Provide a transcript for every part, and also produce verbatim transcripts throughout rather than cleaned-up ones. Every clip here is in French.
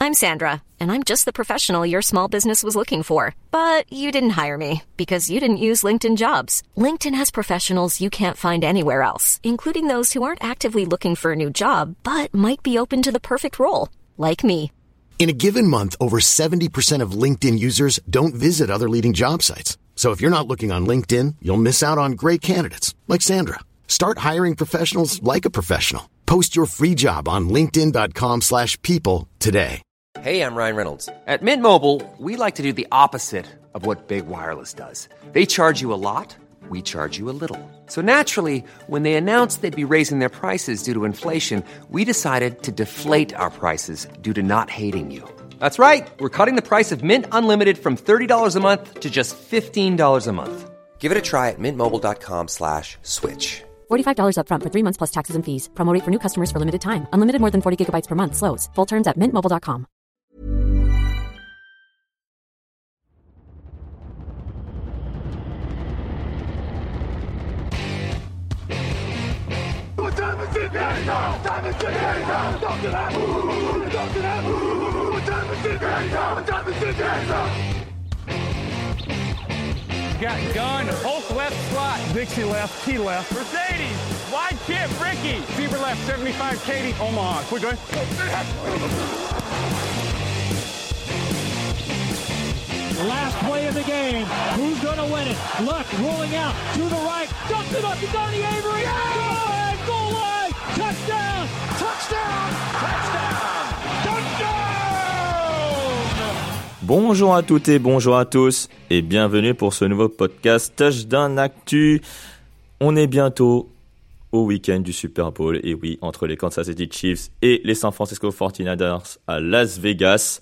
I'm Sandra, and I'm just the professional your small business was looking for. But you didn't hire me because you didn't use LinkedIn Jobs. LinkedIn has professionals you can't find anywhere else, including those who aren't actively looking for a new job, but might be open to the perfect role, like me. In a given month, over seventy percent of LinkedIn users don't visit other leading job sites. So if you're not looking on LinkedIn, you'll miss out on great candidates, like Sandra. Start hiring professionals like a professional. Post your free job on linkedin.com slash people today. Hey, I'm Ryan Reynolds. At Mint Mobile, we like to do the opposite of what Big Wireless does. They charge you a lot, we charge you a little. So naturally, when they announced they'd be raising their prices due to inflation, we decided to deflate our prices due to not hating you. That's right. We're cutting the price of Mint Unlimited from thirty dollars a month to just fifteen dollars a month. Give it a try at mintmobile.com slash switch. forty-five dollars up front for three months plus taxes and fees. Promo rate for new customers for limited time. Unlimited more than forty gigabytes per month. Slows full terms at mint mobile dot com. What time is it now? Time is it now? Talk to that. Talk to that. What time is it now? What time is it now? Got gun, Hulk left slot, Dixie left, T left, Mercedes, wide chip, Ricky, Fever left, seventy-five, Katie, Omaha. We're good. Last play of the game. Who's going to win it? Luck rolling out to the right. Dumps it up to Donnie Avery. Yeah! Go ahead, goal line. Touchdown. Touchdown. Touchdown. Touchdown. Bonjour à toutes et bonjour à tous et bienvenue pour ce nouveau podcast Touchdown Actu. On est bientôt au week-end du Super Bowl et oui, entre les Kansas City Chiefs et les San Francisco forty-niners à Las Vegas.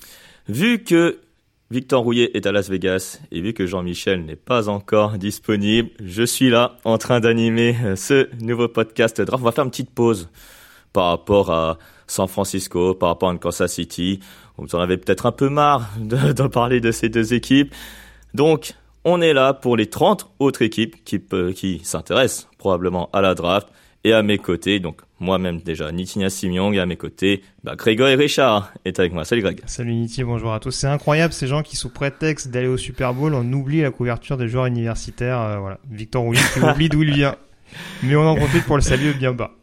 Vu que Victor Rouillet est à Las Vegas et vu que Jean-Michel n'est pas encore disponible, je suis là en train d'animer ce nouveau podcast draft. On va faire une petite pause par rapport à San Francisco, par rapport à Kansas City. Vous en avez peut-être un peu marre de, de parler de ces deux équipes. Donc, on est là pour les trente autres équipes qui, qui s'intéressent probablement à la draft. Et à mes côtés, donc moi-même déjà, Nitinia Simiong, et à mes côtés, bah, Grégory Richard est avec moi. Salut Greg. Salut Niti, bonjour à tous. C'est incroyable ces gens qui, sous prétexte d'aller au Super Bowl, on oublie la couverture des joueurs universitaires. Euh, voilà, Victor Rouillet qui oublie d'où il vient. Mais on en profite pour le saluer bien bas.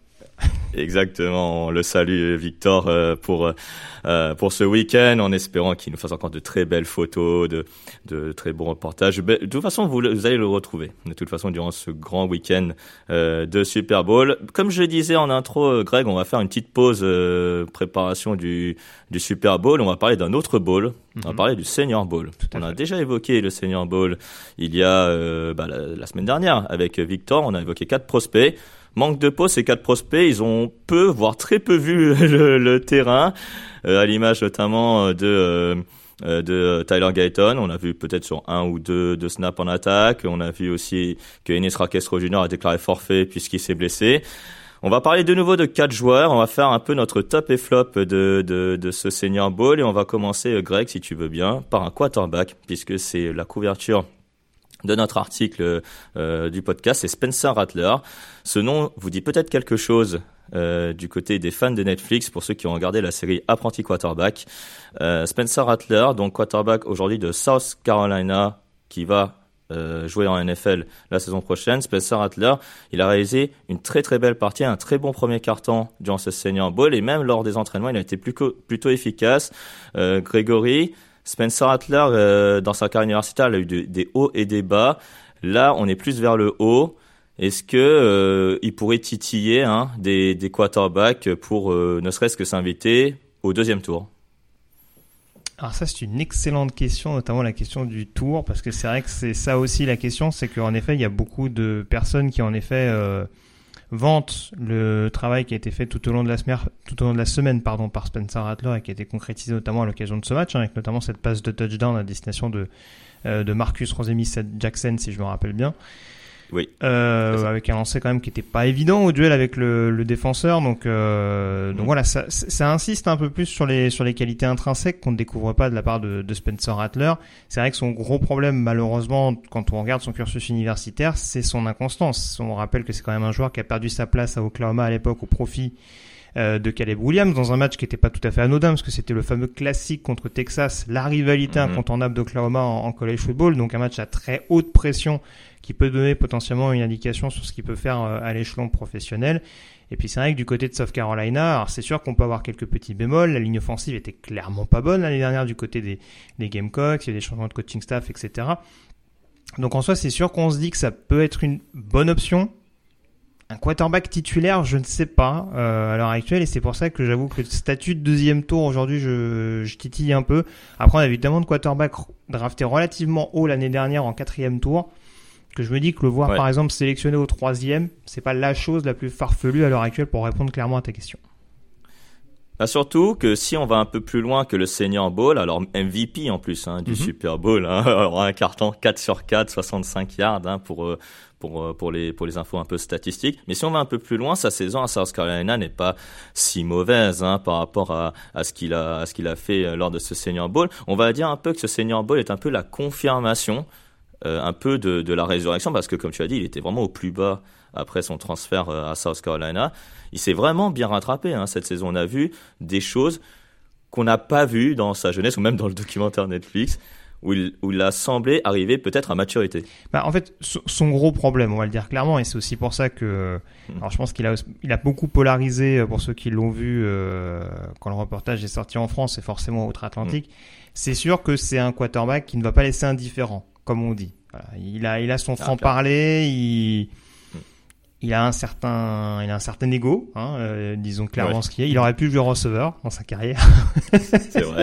Exactement, on le salue Victor euh, pour euh, pour ce week-end en espérant qu'il nous fasse encore de très belles photos, de de très bons reportages. De toute façon, vous, vous allez le retrouver. De toute façon, durant ce grand week-end euh, de Super Bowl, comme je le disais en intro, Greg, on va faire une petite pause euh, préparation du du Super Bowl. On va parler d'un autre bowl. Mm-hmm. On va parler du Senior Bowl. On a déjà évoqué le Senior Bowl il y a euh, bah, la, la semaine dernière avec Victor. On a évoqué quatre prospects. Manque de peau, ces quatre prospects, ils ont peu, voire très peu vu le, le terrain, euh, à l'image notamment de euh, de Tyler Guyton. On a vu peut-être sur un ou deux de snaps en attaque. On a vu aussi que Enes Rakestro junior a déclaré forfait puisqu'il s'est blessé. On va parler de nouveau de quatre joueurs. On va faire un peu notre top et flop de de, de ce Senior Bowl et on va commencer, Greg, si tu veux bien, par un quarterback puisque c'est la couverture de notre article euh, du podcast, c'est Spencer Rattler. Ce nom vous dit peut-être quelque chose euh, du côté des fans de Netflix, pour ceux qui ont regardé la série Apprenti Quarterback. Euh, Spencer Rattler, donc quarterback aujourd'hui de South Carolina, qui va euh, jouer en N F L la saison prochaine. Spencer Rattler, il a réalisé une très très belle partie, un très bon premier quart-temps durant ce Senior Bowl, et même lors des entraînements, il a été plutôt, plutôt efficace. Euh, Grégory, Spencer Rattler, euh, dans sa carrière universitaire, il a eu de, des hauts et des bas. Là, on est plus vers le haut. Est-ce que euh, il pourrait titiller hein, des, des quarterbacks pour euh, ne serait-ce que s'inviter au deuxième tour? Alors ça, c'est une excellente question, notamment la question du tour, parce que c'est vrai que c'est ça aussi la question, c'est qu'en effet, il y a beaucoup de personnes qui, en effet, euh, vantent le travail qui a été fait tout au long de la semaine, tout au long de la semaine, pardon, par Spencer Rattler et qui a été concrétisé notamment à l'occasion de ce match, hein, avec notamment cette passe de touchdown à destination de euh, de Marcus Rosemy-Jackson, si je me rappelle bien. Oui. Euh, avec un lancer quand même qui était pas évident au duel avec le, le défenseur, donc euh, mmh. donc voilà, ça, ça insiste un peu plus sur les sur les qualités intrinsèques qu'on ne découvre pas de la part de, de Spencer Rattler. C'est vrai que son gros problème, malheureusement, quand on regarde son cursus universitaire, c'est son inconstance. On rappelle que c'est quand même un joueur qui a perdu sa place à Oklahoma à l'époque au profit euh, de Caleb Williams dans un match qui n'était pas tout à fait anodin parce que c'était le fameux classique contre Texas, la rivalité mm-hmm. incontournable d'Oklahoma en, en college football, donc un match à très haute pression qui peut donner potentiellement une indication sur ce qu'il peut faire euh, à l'échelon professionnel. Et puis c'est vrai que du côté de South Carolina, alors c'est sûr qu'on peut avoir quelques petits bémols, la ligne offensive était clairement pas bonne l'année dernière du côté des, des Gamecocks, il y a des changements de coaching staff, et cetera. Donc en soi, c'est sûr qu'on se dit que ça peut être une bonne option. Un quarterback titulaire, je ne sais pas euh, à l'heure actuelle, et c'est pour ça que j'avoue que le statut de deuxième tour aujourd'hui, je, je titille un peu. Après, on a évidemment de quarterback drafté relativement haut l'année dernière en quatrième tour, que je me dis que le voir ouais. par exemple sélectionné au troisième, c'est pas la chose la plus farfelue à l'heure actuelle pour répondre clairement à ta question. Bah surtout que si on va un peu plus loin que le Senior Bowl, alors M V P en plus hein, du mm-hmm. Super Bowl, hein, alors un carton quatre sur quatre, soixante-cinq yards hein, pour pour pour les pour les infos un peu statistiques. Mais si on va un peu plus loin, sa saison à South Carolina n'est pas si mauvaise hein, par rapport à à ce qu'il a à ce qu'il a fait lors de ce Senior Bowl. On va dire un peu que ce Senior Bowl est un peu la confirmation euh, un peu de de la résurrection parce que comme tu as dit, il était vraiment au plus bas après son transfert à South Carolina. Il s'est vraiment bien rattrapé hein, cette saison. On a vu des choses qu'on n'a pas vues dans sa jeunesse ou même dans le documentaire Netflix où il, où il a semblé arriver peut-être à maturité. Bah, en fait, son gros problème, on va le dire clairement, et c'est aussi pour ça que mmh. alors je pense qu'il a, il a beaucoup polarisé pour ceux qui l'ont vu euh, quand le reportage est sorti en France et forcément outre-Atlantique. Mmh. C'est sûr que c'est un quarterback qui ne va pas laisser indifférent, comme on dit. Voilà. Il a, il a son franc-parler, il... Il a un certain, il a un certain ego, hein, euh, disons clairement ouais. ce qu'il est. Il aurait pu jouer receveur dans sa carrière. C'est vrai.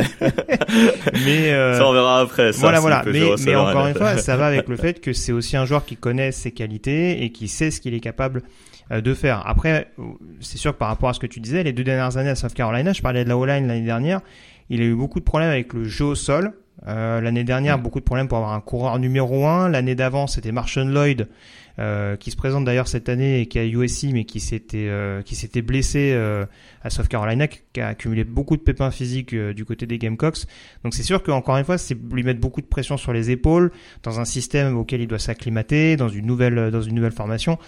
mais euh, ça on verra après. Ça, voilà, voilà. Mais, mais encore une fois, ça va avec le fait que c'est aussi un joueur qui connaît ses qualités et qui sait ce qu'il est capable euh, de faire. Après, c'est sûr que par rapport à ce que tu disais, les deux dernières années à South Carolina, je parlais de la O-line l'année dernière, il a eu beaucoup de problèmes avec le jeu au sol. Euh, l'année dernière, mmh. beaucoup de problèmes pour avoir un coureur numéro un. L'année d'avant, c'était Marshawn Lloyd. Euh, qui se présente d'ailleurs cette année et qui est à U S C mais qui s'était euh, qui s'était blessé euh, à South Carolina, qui a accumulé beaucoup de pépins physiques euh, du côté des Gamecocks. Donc c'est sûr qu'encore une fois, c'est lui mettre beaucoup de pression sur les épaules dans un système auquel il doit s'acclimater, dans une nouvelle dans une nouvelle formation.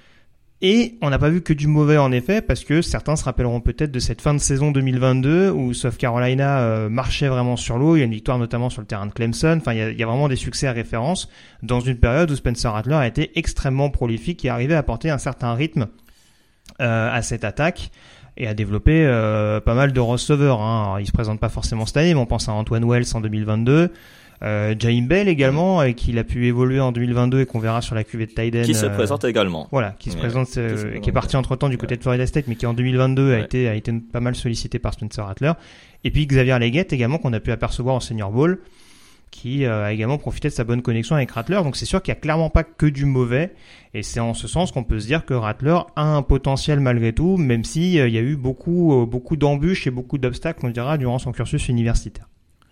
Et on n'a pas vu que du mauvais en effet, parce que certains se rappelleront peut-être de cette fin de saison deux mille vingt-deux où South Carolina euh, marchait vraiment sur l'eau. Il y a une victoire notamment sur le terrain de Clemson. Enfin, il y a, il y a vraiment des succès à référence dans une période où Spencer Rattler a été extrêmement prolifique et arrivait à apporter un certain rythme euh, à cette attaque et à développer euh, pas mal de receveurs. Hein. Alors, il se présente pas forcément cette année, mais on pense à Antoine Wells en deux mille vingt-deux. Euh, Jaheim Bell également, avec qui il a pu évoluer en deux mille vingt-deux et qu'on verra sur la cuvée de tight end. Qui se euh, présente également. Voilà, qui se ouais, présente, euh, qui, se présente qui est parti entre temps du côté ouais. de Florida State, mais qui en deux mille vingt-deux ouais. a été, a été pas mal sollicité par Spencer Rattler. Et puis Xavier Legette également, qu'on a pu apercevoir en Senior Bowl, qui euh, a également profité de sa bonne connexion avec Rattler. Donc c'est sûr qu'il y a clairement pas que du mauvais. Et c'est en ce sens qu'on peut se dire que Rattler a un potentiel malgré tout, même si euh, il y a eu beaucoup, euh, beaucoup d'embûches et beaucoup d'obstacles, on dira, durant son cursus universitaire.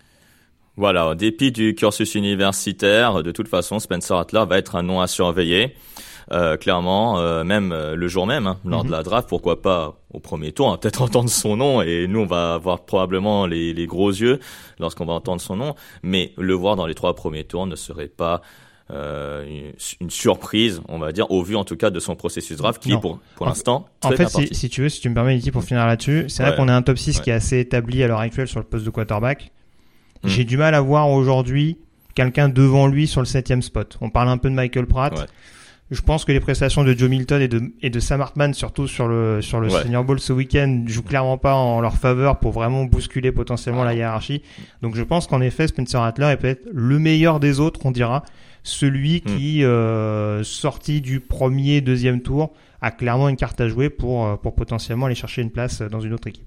Voilà, en dépit du cursus universitaire, de toute façon, Spencer Rattler va être un nom à surveiller. Euh, clairement, euh, même euh, le jour même, hein, lors mm-hmm. de la draft, pourquoi pas au premier tour, on va peut-être entendre son nom et nous on va avoir probablement les, les gros yeux lorsqu'on va entendre son nom, mais le voir dans les trois premiers tours ne serait pas euh, une, une surprise, on va dire, au vu en tout cas de son processus draft qui, non. pour, pour en l'instant, en fait, si, si tu veux, si tu me permets, Niki, pour finir là-dessus, c'est ouais. vrai qu'on a un top six ouais. qui est assez établi à l'heure actuelle sur le poste de quarterback. Mmh. J'ai du mal à voir aujourd'hui quelqu'un devant lui sur le septième spot. On parle un peu de Michael Pratt. Ouais. Je pense que les prestations de Joe Milton et de, et de Sam Hartman, surtout sur le, sur le ouais. Senior Bowl ce week-end, jouent clairement pas en leur faveur pour vraiment bousculer potentiellement ah. la hiérarchie. Donc je pense qu'en effet, Spencer Rattler est peut-être le meilleur des autres, on dira. Celui qui, mmh. euh, sorti du premier, deuxième tour, a clairement une carte à jouer pour, pour potentiellement aller chercher une place dans une autre équipe.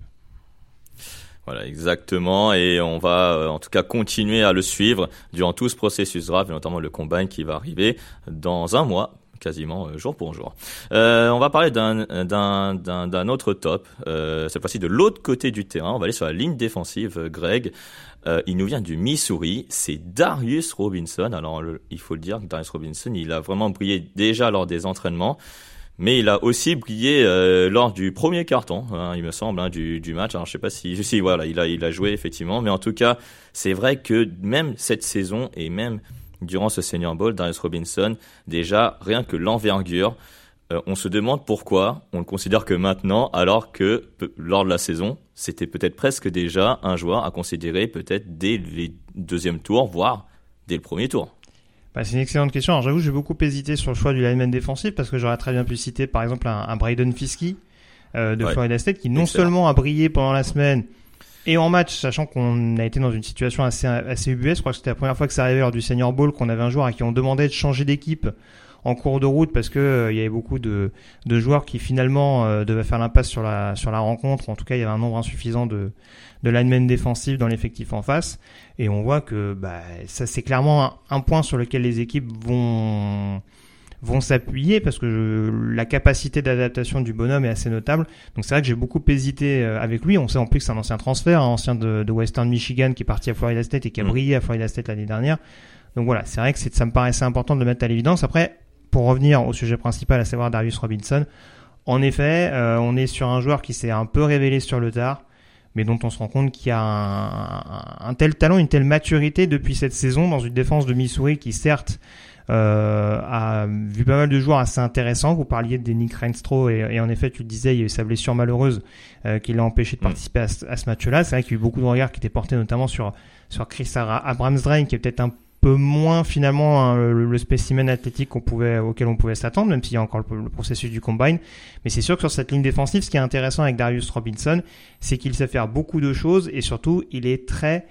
Voilà, exactement. Et on va, euh, en tout cas, continuer à le suivre durant tout ce processus draft, et notamment le combine qui va arriver dans un mois, quasiment euh, jour pour jour. Euh, on va parler d'un, d'un, d'un, d'un autre top, euh, cette fois-ci de l'autre côté du terrain. On va aller sur la ligne défensive. Greg, euh, il nous vient du Missouri. C'est Darius Robinson. Alors, le, il faut le dire, Darius Robinson, il a vraiment brillé déjà lors des entraînements. Mais il a aussi brillé euh, lors du premier carton, hein, il me semble, hein, du, du match. Alors je sais pas si, si voilà, il a, il a joué effectivement, mais en tout cas, c'est vrai que même cette saison et même durant ce Senior Bowl, Darius Robinson, déjà rien que l'envergure euh, on se demande pourquoi on le considère que maintenant, alors que pe- lors de la saison, c'était peut-être presque déjà un joueur à considérer peut-être dès les deuxièmes tours, voire dès le premier tour. Bah, c'est une excellente question. Alors j'avoue, j'ai beaucoup hésité sur le choix du lineman défensif parce que j'aurais très bien pu citer par exemple un, un Braden Fiske euh, de ouais. Florida State qui non Excellent. Seulement a brillé pendant la semaine et en match, sachant qu'on a été dans une situation assez assez ubuesque. Je crois que c'était la première fois que ça arrivait lors du Senior Bowl qu'on avait un joueur à qui on demandait de changer d'équipe en cours de route parce que euh, il y avait beaucoup de de joueurs qui finalement euh, devaient faire l'impasse sur la sur la rencontre. En tout cas, il y avait un nombre insuffisant de de linemen défensifs dans l'effectif en face, et on voit que bah ça c'est clairement un, un point sur lequel les équipes vont vont s'appuyer parce que je, la capacité d'adaptation du bonhomme est assez notable. Donc c'est vrai que j'ai beaucoup hésité avec lui. On sait en plus que c'est un ancien transfert, un ancien de, de Western Michigan qui est parti à Florida State et qui a brillé à Florida State l'année dernière. Donc voilà, c'est vrai que c'est, ça me paraissait important de le mettre à l'évidence. Après, pour revenir au sujet principal, à savoir Darius Robinson, en effet, euh, on est sur un joueur qui s'est un peu révélé sur le tard, mais dont on se rend compte qu'il y a un, un tel talent, une telle maturité depuis cette saison dans une défense de Missouri qui certes euh, a vu pas mal de joueurs assez intéressants. Vous parliez de Nick Renstro et, et en effet tu le disais, il y a eu sa blessure malheureuse euh, qui l'a empêché de participer à ce, à ce match-là. C'est vrai qu'il y a eu beaucoup de regards qui étaient portés notamment sur sur Chris Abrams-Drain, qui est peut-être un peu moins finalement hein, le, le spécimen athlétique qu'on pouvait, auquel on pouvait s'attendre, même s'il y a encore le, le processus du combine. Mais c'est sûr que sur cette ligne défensive, ce qui est intéressant avec Darius Robinson, c'est qu'il sait faire beaucoup de choses et surtout, il est très...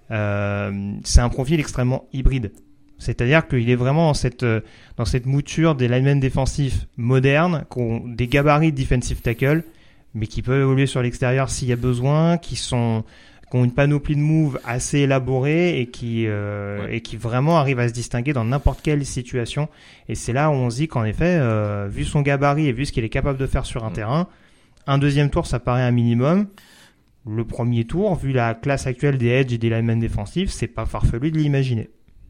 Euh, c'est un profil extrêmement hybride. C'est-à-dire qu'il est vraiment dans cette, dans cette mouture des linemen défensifs modernes, qui ont des gabarits de defensive tackle, mais qui peuvent évoluer sur l'extérieur s'il y a besoin, qui sont... qui ont une panoplie de moves assez élaborée et qui euh, ouais. et qui vraiment arrivent à se distinguer dans n'importe quelle situation. Et c'est là où on se dit qu'en effet, euh, vu son gabarit et vu ce qu'il est capable de faire sur un mmh. terrain, un deuxième tour, ça paraît un minimum. Le premier tour, vu la classe actuelle des edge et des linemen défensifs, c'est pas farfelu de l'imaginer.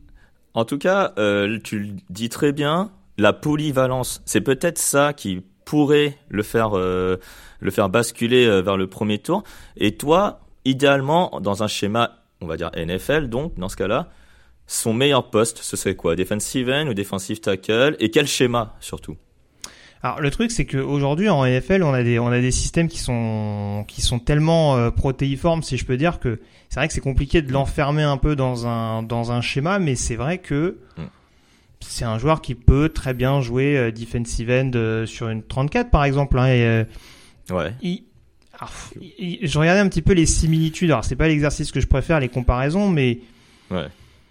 En tout cas, euh, tu le dis très bien, la polyvalence, c'est peut-être ça qui pourrait le faire euh, le faire basculer euh, vers le premier tour. Et toi, idéalement, dans un schéma, on va dire N F L, donc, dans ce cas-là, son meilleur poste, ce serait quoi? Defensive end ou defensive tackle? Et quel schéma, surtout? Alors, le truc, c'est qu'aujourd'hui, en N F L, on a des, on a des systèmes qui sont, qui sont tellement euh, protéiformes, si je peux dire, que c'est vrai que c'est compliqué de l'enfermer un peu dans un, dans un schéma, mais c'est vrai que mm. c'est un joueur qui peut très bien jouer euh, defensive end euh, sur une trente-quatre, par exemple, hein, et, euh, ouais. il, Alors, je regardais un petit peu les similitudes. Alors, c'est pas l'exercice que je préfère, les comparaisons, mais ouais.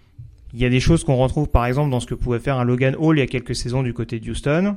il y a des choses qu'on retrouve, par exemple, dans ce que pouvait faire un Logan Hall il y a quelques saisons du côté de Houston.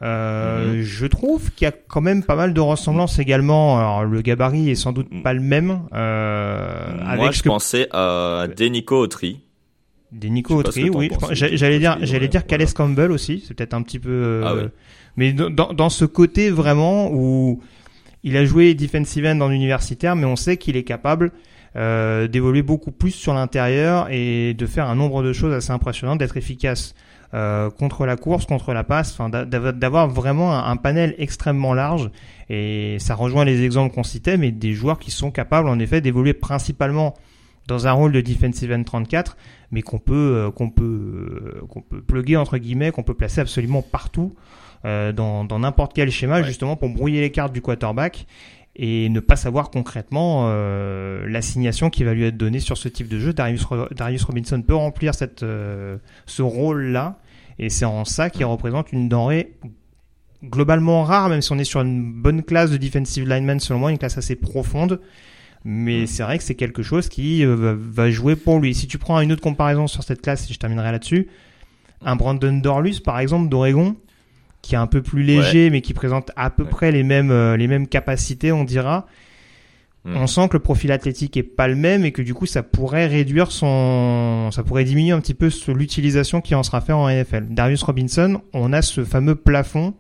Euh, mm-hmm. Je trouve qu'il y a quand même pas mal de ressemblances également. Alors, le gabarit est sans doute pas le même. Euh, Moi, avec je ce que... pensais à Denico Autry. Denico Autry, oui. Pense, j'allais, j'allais dire, j'allais ouais, dire Calais voilà. Campbell aussi. C'est peut-être un petit peu. Euh... Ah ouais. Mais dans, dans ce côté vraiment où il a joué defensive end en universitaire, mais on sait qu'il est capable euh, d'évoluer beaucoup plus sur l'intérieur et de faire un nombre de choses assez impressionnantes, d'être efficace euh, contre la course, contre la passe, enfin d'avoir vraiment un, un panel extrêmement large. Et ça rejoint les exemples qu'on citait, mais des joueurs qui sont capables en effet d'évoluer principalement dans un rôle de defensive end trente-quatre, mais qu'on peut euh, qu'on peut euh, qu'on peut plugger entre guillemets, qu'on peut placer absolument partout. Euh, dans, dans n'importe quel schéma, ouais. justement pour brouiller les cartes du quarterback et ne pas savoir concrètement euh, l'assignation qui va lui être donnée sur ce type de jeu. Darius, Darius Robinson peut remplir cette, euh, ce rôle-là, et c'est en ça qu'il représente une denrée globalement rare, même si on est sur une bonne classe de defensive lineman, selon moi, une classe assez profonde. Mais c'est vrai que c'est quelque chose qui euh, va jouer pour lui. Si tu prends une autre comparaison sur cette classe, et je terminerai là-dessus, un Brandon Dorlus, par exemple, d'Oregon, qui est un peu plus léger, ouais. mais qui présente à peu ouais. près les mêmes euh, les mêmes capacités, on dira. Mmh. On sent que le profil athlétique est pas le même et que du coup ça pourrait réduire son, ça pourrait diminuer un petit peu sur l'utilisation qui en sera fait en N F L. Darius Robinson, on a ce fameux plafond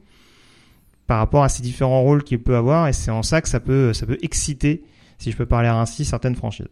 par rapport à ces différents rôles qu'il peut avoir, et c'est en ça que ça peut ça peut exciter, si je peux parler ainsi, certaines franchises.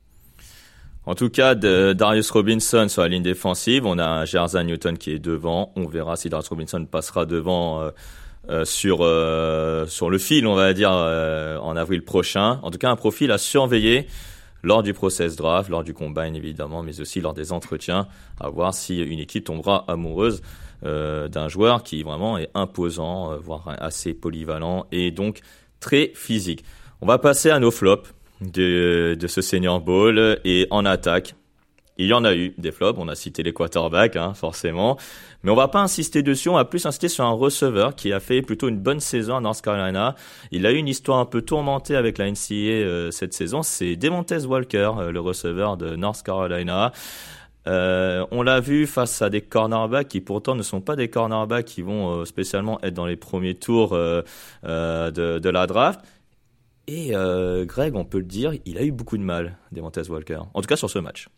En tout cas, de Darius Robinson sur la ligne défensive, on a Jerzan Newton qui est devant. On verra si Darius Robinson passera devant euh, euh, sur euh, sur le fil, on va dire, euh, en avril prochain. En tout cas, un profil à surveiller lors du process draft, lors du combine évidemment, mais aussi lors des entretiens, à voir si une équipe tombera amoureuse euh, d'un joueur qui vraiment est imposant, euh, voire assez polyvalent et donc très physique. On va passer à nos flops de, de ce Senior Bowl et en attaque. Il y en a eu des flops, on a cité les quarterbacks, hein, forcément, mais on va pas insister dessus, on va plus insister sur un receveur qui a fait plutôt une bonne saison à North Carolina. Il a eu une histoire un peu tourmentée avec la N C A A euh, cette saison, c'est Demontez Walker, euh, le receveur de North Carolina. Euh, on l'a vu face à des cornerbacks qui pourtant ne sont pas des cornerbacks qui vont euh, spécialement être dans les premiers tours euh, euh, de, de la draft. Et euh, Greg, on peut le dire, il a eu beaucoup de mal, Demontez Walker, en tout cas sur ce match.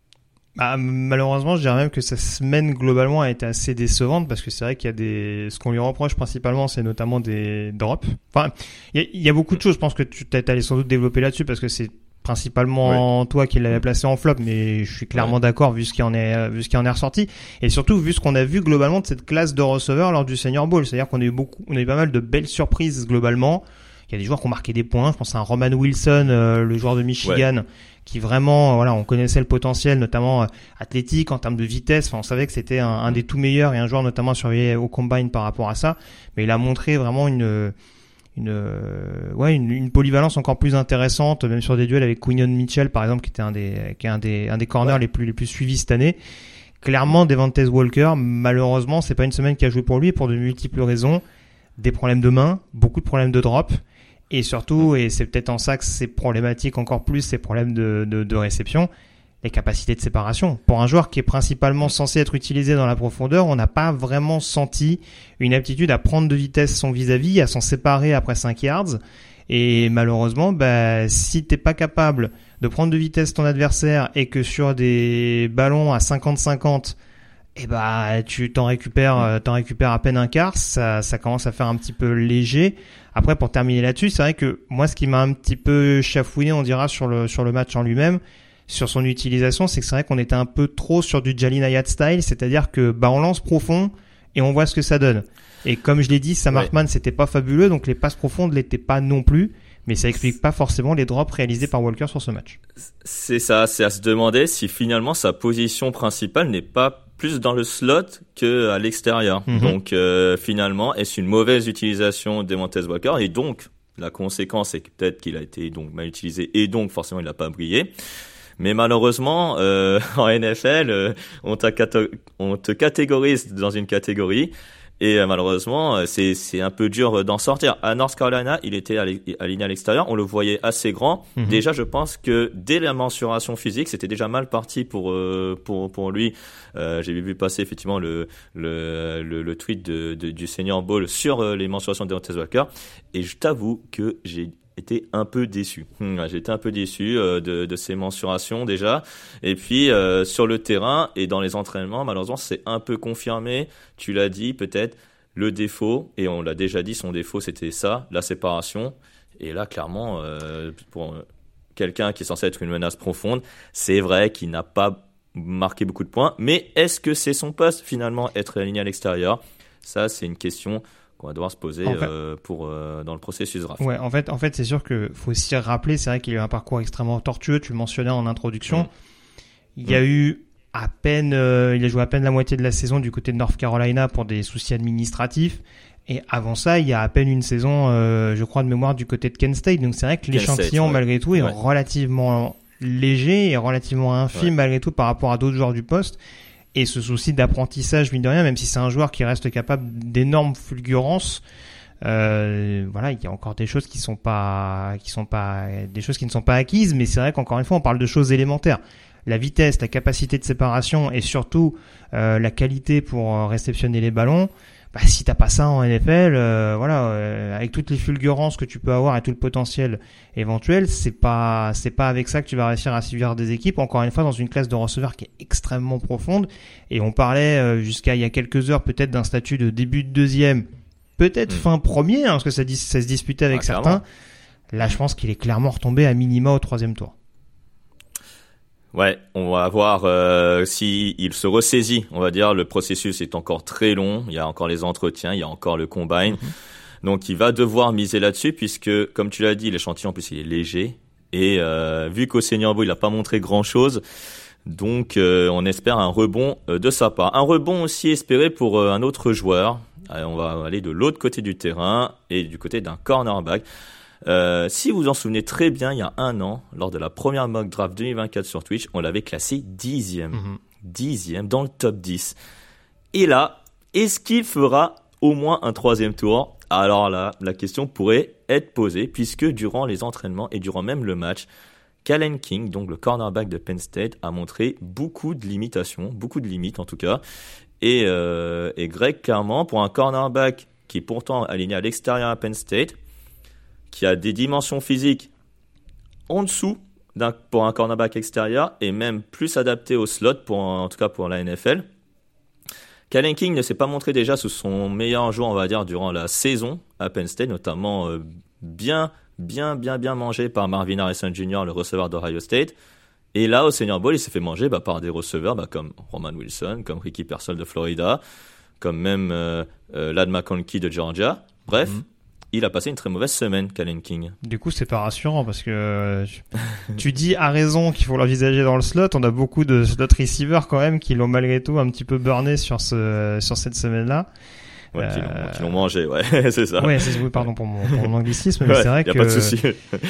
Bah, malheureusement, je dirais même que sa semaine globalement a été assez décevante parce que c'est vrai qu'il y a des, ce qu'on lui reproche principalement, c'est notamment des drops. Enfin, il y a, il y a beaucoup de choses. Je pense que tu t'allais sans doute développer là-dessus parce que c'est principalement ouais. toi qui l'avais placé en flop, mais je suis clairement ouais. d'accord vu ce qui en est, vu ce qui en est ressorti et surtout vu ce qu'on a vu globalement de cette classe de receveurs lors du Senior Bowl. C'est-à-dire qu'on a eu beaucoup, on a eu pas mal de belles surprises globalement. Il y a des joueurs qui ont marqué des points. Je pense à un Roman Wilson, euh, le joueur de Michigan. Ouais. Qui vraiment, voilà, on connaissait le potentiel, notamment euh, athlétique en termes de vitesse. Enfin, on savait que c'était un, un des tout meilleurs et un joueur notamment à surveiller au combine par rapport à ça. Mais il a montré vraiment une, une, euh, ouais, une, une polyvalence encore plus intéressante, même sur des duels avec Quinyon Mitchell, par exemple, qui était un des, qui est un des, un des corners ouais. les plus, les plus suivis cette année. Clairement, Demontez Walker, malheureusement, c'est pas une semaine qui a joué pour lui pour de multiples raisons. Des problèmes de main, beaucoup de problèmes de drop. Et surtout, et c'est peut-être en ça que c'est problématique encore plus, ces problèmes de, de, de réception, les capacités de séparation. Pour un joueur qui est principalement censé être utilisé dans la profondeur, on n'a pas vraiment senti une aptitude à prendre de vitesse son vis-à-vis, à s'en séparer après cinq yards. Et malheureusement, bah, si t'es pas capable de prendre de vitesse ton adversaire et que sur des ballons à cinquante cinquante, et bah tu t'en récupères t'en récupères à peine un quart, ça ça commence à faire un petit peu léger. Après, pour terminer là-dessus, c'est vrai que moi ce qui m'a un petit peu chafouiné, on dira, sur le sur le match en lui-même, sur son utilisation, c'est que c'est vrai qu'on était un peu trop sur du Jalin Hyatt style, c'est-à-dire que bah on lance profond et on voit ce que ça donne. Et comme je l'ai dit, Sam ouais. Hartman c'était pas fabuleux, donc les passes profondes l'étaient pas non plus. Mais ça explique pas forcément les drops réalisés par Walker sur ce match. C'est ça, c'est à se demander si finalement sa position principale n'est pas plus dans le slot qu'à l'extérieur. Mm-hmm. Donc euh, finalement, est-ce une mauvaise utilisation de Demontez Walker? Et donc, la conséquence est que peut-être qu'il a été donc mal utilisé et donc forcément il n'a pas brillé. Mais malheureusement, euh, en N F L, euh, on, on te catégorise dans une catégorie. Et euh, malheureusement, c'est c'est un peu dur d'en sortir. À North Carolina, il était aligné à l'extérieur, on le voyait assez grand. Mm-hmm. Déjà, je pense que dès la mensuration physique, c'était déjà mal parti pour euh, pour pour lui. Euh, j'ai vu passer effectivement le le le, le tweet de, de du Senior Bowl sur euh, les mensurations de Demontez Walker, et je t'avoue que j'ai été un peu déçu. Hum, j'étais un peu déçu euh, de, de ces mensurations déjà. Et puis euh, sur le terrain et dans les entraînements, malheureusement, c'est un peu confirmé. Tu l'as dit, peut-être le défaut, et on l'a déjà dit, son défaut, c'était ça, la séparation. Et là, clairement, euh, pour quelqu'un qui est censé être une menace profonde, c'est vrai qu'il n'a pas marqué beaucoup de points. Mais est-ce que c'est son poste finalement, être aligné à l'extérieur? Ça, c'est une question qu'on va devoir se poser en fait, euh, pour euh, dans le processus draft. Ouais, en fait, en fait, c'est sûr que faut aussi rappeler, c'est vrai qu'il a eu un parcours extrêmement tortueux. Tu le mentionnais en introduction. Mmh. Il y a mmh. eu à peine, euh, il a joué à peine la moitié de la saison du côté de North Carolina pour des soucis administratifs. Et avant ça, il y a à peine une saison, euh, je crois de mémoire, du côté de Kent State. Donc c'est vrai que l'échantillon, ouais. malgré tout, est ouais. relativement léger et relativement infime ouais. malgré tout par rapport à d'autres joueurs du poste. Et ce souci d'apprentissage, mine de rien, même si c'est un joueur qui reste capable d'énormes fulgurances, euh, voilà, il y a encore des choses qui sont pas, qui sont pas, des choses qui ne sont pas acquises, mais c'est vrai qu'encore une fois, on parle de choses élémentaires. La vitesse, la capacité de séparation et surtout euh, la qualité pour euh, réceptionner les ballons. Bah, si t'as pas ça en N F L, euh, voilà, euh, avec toutes les fulgurances que tu peux avoir et tout le potentiel éventuel, c'est pas, c'est pas avec ça que tu vas réussir à suivre des équipes. Encore une fois, dans une classe de receveurs qui est extrêmement profonde. Et on parlait euh, jusqu'à il y a quelques heures peut-être d'un statut de début de deuxième, peut-être mmh. fin premier, hein, parce que ça, ça se disputait avec ah, certains. Clairement. Là, je pense qu'il est clairement retombé à minima au troisième tour. Ouais, on va voir euh, si il se ressaisit. On va dire le processus est encore très long. Il y a encore les entretiens, il y a encore le combine. Mm-hmm. Donc il va devoir miser là-dessus puisque, comme tu l'as dit, l'échantillon en plus il est léger Et euh, vu qu'au Senior Bowl, il n'a pas montré grand-chose, donc euh, on espère un rebond euh, de sa part. Un rebond aussi espéré pour euh, un autre joueur. Allez, on va aller de l'autre côté du terrain et du côté d'un cornerback. Euh, si vous vous en souvenez très bien, il y a un an, lors de la première mock draft deux mille vingt-quatre sur Twitch, on l'avait classé dixième. Mm-hmm. Dixième dans le top dix. Et là, est-ce qu'il fera au moins un troisième tour ? Alors là, la question pourrait être posée puisque durant les entraînements et durant même le match, Kalen King, donc le cornerback de Penn State, a montré beaucoup de limitations, beaucoup de limites en tout cas. Et, euh, et Greg, clairement, pour un cornerback qui est pourtant aligné à l'extérieur à Penn State, qui a des dimensions physiques en dessous d'un, pour un cornerback extérieur et même plus adapté au slot, pour, en tout cas pour la N F L. Kalen King ne s'est pas montré déjà sous son meilleur jour, on va dire, durant la saison à Penn State, notamment euh, bien, bien, bien, bien mangé par Marvin Harrison junior, le receveur d'Ohio State. Et là, au Senior Bowl, il s'est fait manger bah, par des receveurs bah, comme Roman Wilson, comme Ricky Pearsall de Florida, comme même euh, euh, Ladd McConkey de Georgia. Bref, mm-hmm. il a passé une très mauvaise semaine, Kalen King. Du coup, c'est pas rassurant parce que euh, tu dis à raison qu'il faut l'envisager dans le slot. On a beaucoup de slot receivers quand même qui l'ont malgré tout un petit peu burné sur ce sur cette semaine-là. Ouais, euh... qui, l'ont, qui l'ont mangé, ouais, c'est ça. Ouais, c'est oui, pardon pour mon, pour mon anglicisme, mais ouais, c'est vrai y a que. Pas de souci.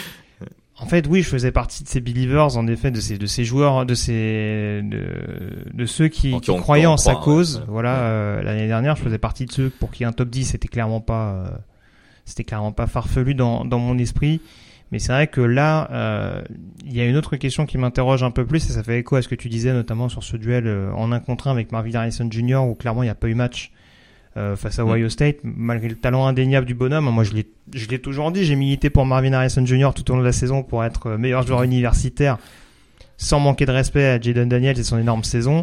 En fait, oui, je faisais partie de ces believers, en effet, de ces de ces joueurs, de ces de, de ceux qui, qui, qui croyaient en sa cause. Ouais. Voilà, ouais. Euh, l'année dernière, je faisais partie de ceux pour qui un top dix, c'était clairement pas, euh, c'était clairement pas farfelu dans dans mon esprit. Mais c'est vrai que là, euh, il y a une autre question qui m'interroge un peu plus, et ça fait écho à ce que tu disais, notamment sur ce duel euh, en un contre un avec Marvin Harrison junior, où clairement il n'y a pas eu match. Euh, face à Ohio State, malgré le talent indéniable du bonhomme. Moi, je l'ai, je l'ai toujours dit, j'ai milité pour Marvin Harrison junior tout au long de la saison pour être meilleur joueur universitaire, sans manquer de respect à Jaden Daniels et son énorme saison.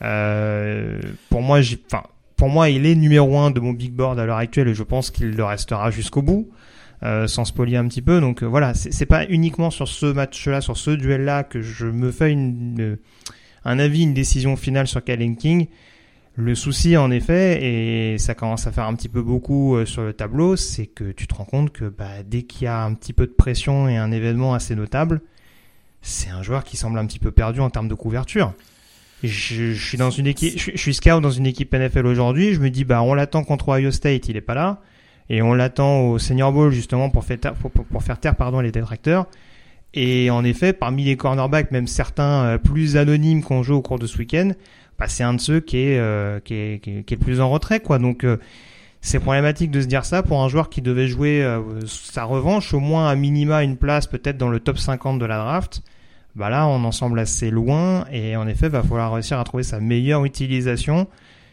Euh, pour moi, j'ai, enfin, pour moi, il est numéro un de mon big board à l'heure actuelle et je pense qu'il le restera jusqu'au bout, euh, sans spolier un petit peu. Donc euh, voilà, c'est, c'est pas uniquement sur ce match-là, sur ce duel-là que je me fais une, une, un avis, une décision finale sur Kalen King. Le souci, en effet, et ça commence à faire un petit peu beaucoup euh, sur le tableau, c'est que tu te rends compte que bah, dès qu'il y a un petit peu de pression et un événement assez notable, c'est un joueur qui semble un petit peu perdu en termes de couverture. Je, je suis dans une équipe, je, je suis scout dans une équipe N F L aujourd'hui. Je me dis, bah, on l'attend contre Ohio State, il est pas là, et on l'attend au Senior Bowl justement pour faire taire, pour, pour, pour faire taire, pardon, les détracteurs. Et en effet, parmi les cornerbacks, même certains euh, plus anonymes qu'on joue au cours de ce week-end. Bah, c'est un de ceux qui est, euh, qui est, qui est, qui est le plus en retrait, quoi. Donc, euh, c'est problématique de se dire ça pour un joueur qui devait jouer euh, sa revanche, au moins à minima une place peut-être dans le top cinquante de la draft. Bah là, on en semble assez loin et en effet, va falloir réussir à trouver sa meilleure utilisation.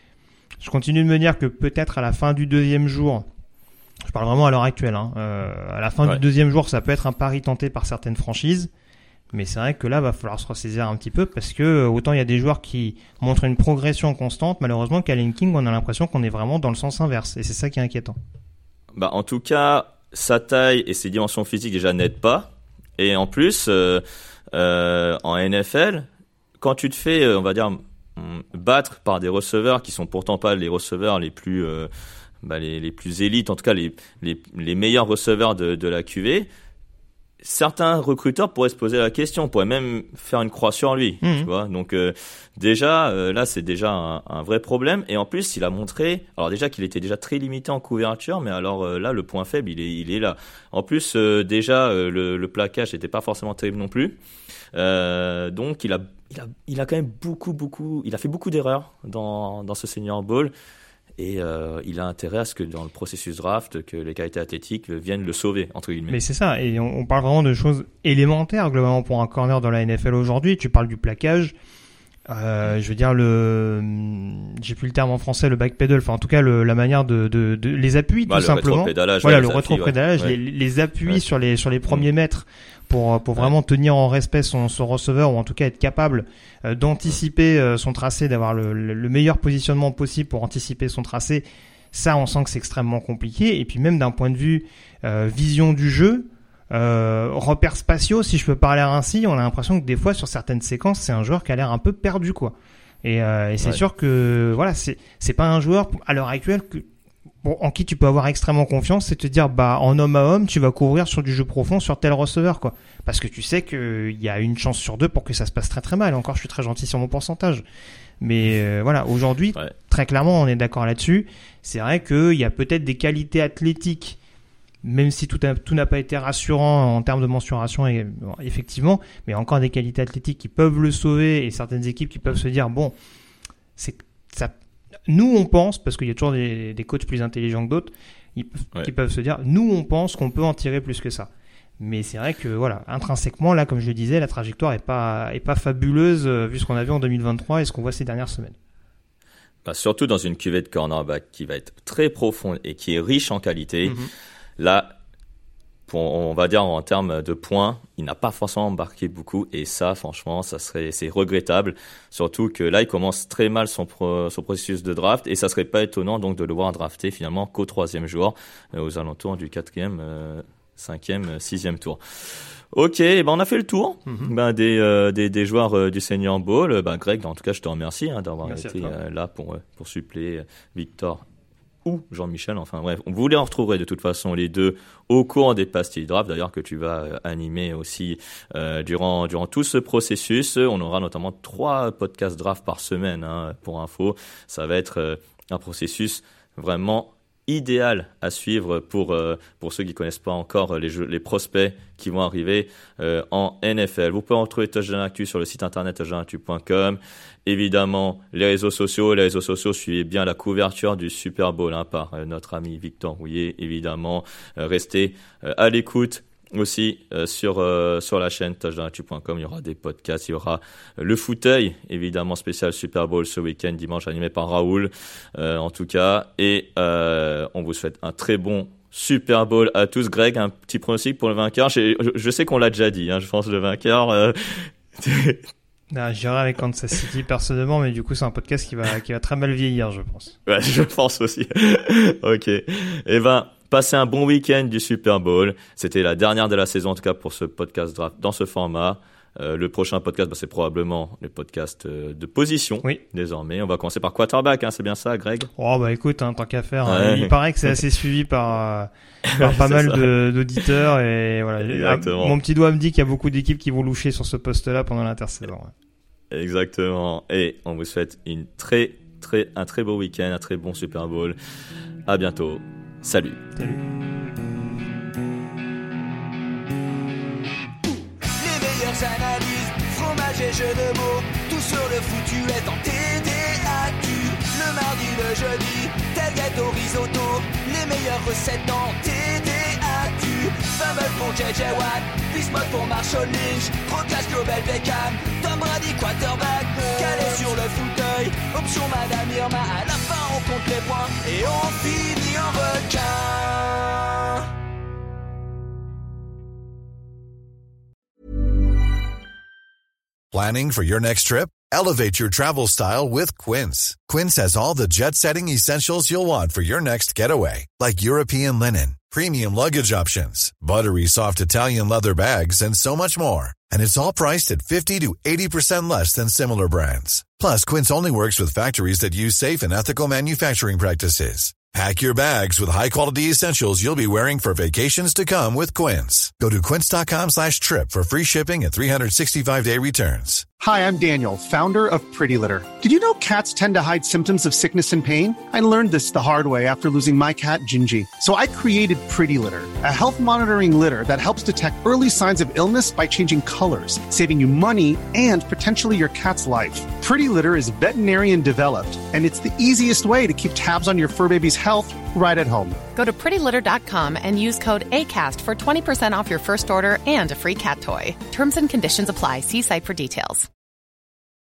Je continue de me dire que peut-être à la fin du deuxième jour, je parle vraiment à l'heure actuelle, hein, euh, à la fin ouais. du deuxième jour, ça peut être un pari tenté par certaines franchises. Mais c'est vrai que là, va falloir se ressaisir un petit peu parce que autant il y a des joueurs qui montrent une progression constante, malheureusement, Kalen King, on a l'impression qu'on est vraiment dans le sens inverse et c'est ça qui est inquiétant. Bah, en tout cas, sa taille et ses dimensions physiques déjà n'aident pas. Et en plus, euh, euh, en N F L, quand tu te fais, on va dire, battre par des receveurs qui sont pourtant pas les receveurs les plus, euh, bah, les, les plus élites, en tout cas les, les, les meilleurs receveurs de, de la Q V, certains recruteurs pourraient se poser la question, pourraient même faire une croix sur lui, mmh. tu vois. Donc euh, déjà euh, là c'est déjà un, un vrai problème et en plus il a montré, alors déjà qu'il était déjà très limité en couverture, mais alors euh, là le point faible il est il est là. En plus euh, déjà euh, le, le plaquage n'était pas forcément terrible non plus. Euh, donc il a il a il a quand même beaucoup beaucoup, il a fait beaucoup d'erreurs dans dans ce Senior Bowl. Et euh, il a intérêt à ce que dans le processus draft, que les qualités athlétiques viennent le sauver, entre guillemets. Mais c'est ça, et on, on parle vraiment de choses élémentaires, globalement, pour un corner dans la N F L aujourd'hui. Tu parles du plaquage, euh, je veux dire, le, j'ai plus le terme en français, le backpedal, enfin en tout cas le, la manière de, de, de les appuis, bah, tout le simplement. Rétropédalage, voilà, ouais, le rétropédalage, ouais. les, les appuis ouais. sur les sur les premiers mmh. mètres. Pour, pour vraiment ouais. tenir en respect son, son receveur ou en tout cas être capable euh, d'anticiper euh, son tracé, d'avoir le, le, le meilleur positionnement possible pour anticiper son tracé. Ça, on sent que c'est extrêmement compliqué. Et puis même d'un point de vue euh, vision du jeu, euh, repères spatiaux, si je peux parler ainsi, on a l'impression que des fois sur certaines séquences, c'est un joueur qui a l'air un peu perdu, quoi. Et, euh, et c'est ouais. sûr que voilà, c'est c'est pas un joueur à l'heure actuelle que bon, en qui tu peux avoir extrêmement confiance, c'est te dire, bah, en homme à homme, tu vas couvrir sur du jeu profond sur tel receveur, quoi. Parce que tu sais qu'il y a une chance sur deux pour que ça se passe très très mal. Encore, je suis très gentil sur mon pourcentage. Mais euh, voilà, aujourd'hui, ouais. Très clairement, on est d'accord là-dessus. C'est vrai qu'il y a peut-être des qualités athlétiques, même si tout, a, tout n'a pas été rassurant en termes de mensuration, et, bon, effectivement, mais encore des qualités athlétiques qui peuvent le sauver et certaines équipes qui peuvent se dire, bon, c'est ça. Nous, on pense, parce qu'il y a toujours des, des coachs plus intelligents que d'autres, ils, ouais. qui peuvent se dire, nous, on pense qu'on peut en tirer plus que ça. Mais c'est vrai que, voilà, intrinsèquement, là, comme je le disais, la trajectoire est pas, est pas fabuleuse, euh, vu ce qu'on a vu en deux mille vingt-trois et ce qu'on voit ces dernières semaines. Bah, surtout dans une cuvée de cornerback qui va être très profonde et qui est riche en qualité. Mm-hmm. Là, pour, on va dire en termes de points, il n'a pas forcément embarqué beaucoup. Et ça, franchement, ça serait, c'est regrettable. Surtout que là, il commence très mal son, pro, son processus de draft. Et ça serait pas étonnant, donc, de le voir drafter finalement qu'au troisième jour, euh, aux alentours du quatrième, euh, cinquième, sixième tour. Ok, ben on a fait le tour mm-hmm. ben des, euh, des des joueurs euh, du Senior Bowl. Ben Greg, en tout cas, je te remercie hein, d'avoir Merci été euh, là pour euh, pour suppléer Victor ou Jean-Michel. Enfin bref, vous les retrouverez de toute façon les deux au cours des pastilles draft. D'ailleurs que tu vas euh, animer aussi euh, durant durant tout ce processus. On aura notamment trois podcasts draft par semaine hein, pour info. Ça va être euh, un processus vraiment idéal à suivre pour euh, pour ceux qui connaissent pas encore les jeux, les prospects qui vont arriver euh, en N F L. Vous pouvez retrouver Touchdown Actu sur le site internet touchdown actu point com. Évidemment, les réseaux sociaux, les réseaux sociaux, suivez bien la couverture du Super Bowl hein, par euh, notre ami Victor Rouillet. Évidemment, euh, restez euh, à l'écoute. Aussi euh, sur euh, sur la chaîne touchdown actu point com, il y aura des podcasts, il y aura euh, le fauteuil évidemment spécial Super Bowl ce week-end dimanche animé par Raoul euh, en tout cas et euh, on vous souhaite un très bon Super Bowl à tous. Greg, un petit pronostic pour le vainqueur. Je, je, je sais qu'on l'a déjà dit, hein, je pense le vainqueur. Euh... Non, j'irai avec Kansas City personnellement, mais du coup c'est un podcast qui va qui va très mal vieillir, je pense. Ouais, je pense aussi. Ok. Eh ben. Passez un bon week-end du Super Bowl. C'était la dernière de la saison, en tout cas, pour ce podcast draft dans ce format. Euh, le prochain podcast, bah, c'est probablement le podcast euh, de position. Oui. Désormais, on va commencer par quarterback, hein, c'est bien ça, Greg? Oh, bah écoute, hein, tant qu'à faire. Ouais. Hein, il paraît que c'est assez suivi par, euh, par pas mal de, d'auditeurs. Et voilà. Exactement. Mon petit doigt me dit qu'il y a beaucoup d'équipes qui vont loucher sur ce poste-là pendant l'intersaison. Ouais. Exactement. Et on vous souhaite une très, très, un très beau week-end, un très bon Super Bowl. À bientôt. Salut. Salut. Les meilleures analyses, fromage et jeux de mots, tout sur le foutu est en T D A Q. Le mardi, le jeudi, tailgate au risotto, les meilleures recettes en T D A Q. Fumble pour J J Watt, Bismuth pour Marshall Lynch, Procast Global Beckham, Tom Brady quarterback, calé sur le fauteuil, option Madame Irma, à la fin on compte les points et on finit en requin. Planning for your next trip? Elevate your travel style with Quince. Quince has all the jet-setting essentials you'll want for your next getaway, like European linen, premium luggage options, buttery soft Italian leather bags, and so much more. And it's all priced at fifty to eighty percent less than similar brands. Plus, Quince only works with factories that use safe and ethical manufacturing practices. Pack your bags with high-quality essentials you'll be wearing for vacations to come with Quince. Go to quince.com slash trip for free shipping and three sixty-five day returns. Hi, I'm Daniel, founder of Pretty Litter. Did you know cats tend to hide symptoms of sickness and pain? I learned this the hard way after losing my cat, Gingy. So I created Pretty Litter, a health monitoring litter that helps detect early signs of illness by changing colors, saving you money and potentially your cat's life. Pretty Litter is veterinarian developed, and it's the easiest way to keep tabs on your fur baby's health right at home. Go to pretty litter dot com and use code ACAST for twenty percent off your first order and a free cat toy. Terms and conditions apply. See site for details.